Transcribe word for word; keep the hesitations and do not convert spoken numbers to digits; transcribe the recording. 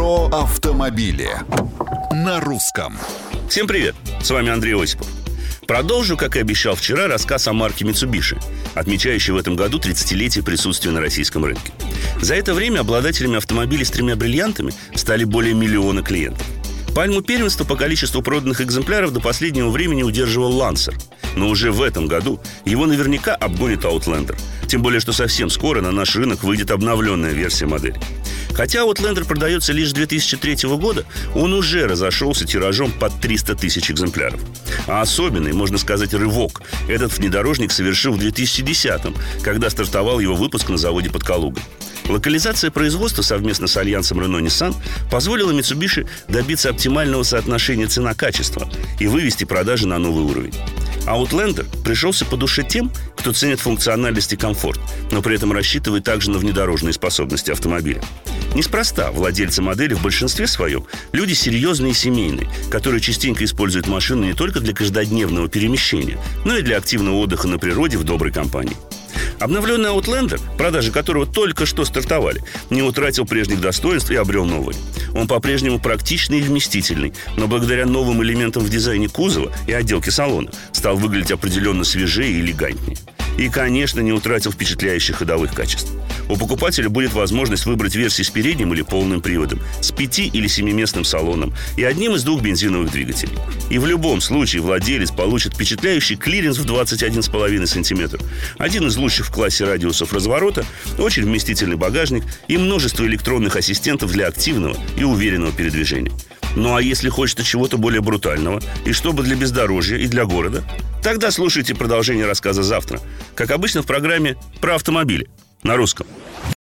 Про автомобили на русском. Всем привет, с вами Андрей Осипов. Продолжу, как и обещал вчера, рассказ о марке Mitsubishi, отмечающей в этом году тридцатилетие присутствия на российском рынке. За это время обладателями автомобилей с тремя бриллиантами стали более миллиона клиентов. Пальму первенства по количеству проданных экземпляров до последнего времени удерживал Lancer. Но уже в этом году его наверняка обгонит Outlander. Тем более, что совсем скоро на наш рынок выйдет обновленная версия модели. Хотя Outlander продается лишь с две тысячи третьего года, он уже разошелся тиражом под триста тысяч экземпляров. А особенный, можно сказать, рывок этот внедорожник совершил в две тысячи десятом, когда стартовал его выпуск на заводе под Калугой. Локализация производства совместно с альянсом Renault-Nissan позволила Mitsubishi добиться оптимального соотношения цена-качество и вывести продажи на новый уровень. Outlander пришелся по душе тем, кто ценит функциональность и комфорт, но при этом рассчитывает также на внедорожные способности автомобиля. Неспроста владельцы модели в большинстве своем люди серьезные и семейные, которые частенько используют машину не только для каждодневного перемещения, но и для активного отдыха на природе в доброй компании. Обновленный Outlander, продажи которого только что стартовали, не утратил прежних достоинств и обрел новые. Он по-прежнему практичный и вместительный, но благодаря новым элементам в дизайне кузова и отделке салона стал выглядеть определенно свежее и элегантнее. И, конечно, не утратил впечатляющих ходовых качеств. У покупателя будет возможность выбрать версии с передним или полным приводом, с пяти- или семиместным салоном и одним из двух бензиновых двигателей. И в любом случае владелец получит впечатляющий клиренс в двадцать один целых пять десятых сантиметра, один из лучших в классе радиусов разворота, очень вместительный багажник и множество электронных ассистентов для активного и уверенного передвижения. Ну а если хочется чего-то более брутального, и чтобы для бездорожья и для города, тогда слушайте продолжение рассказа завтра. Как обычно в программе «Про автомобили» на русском.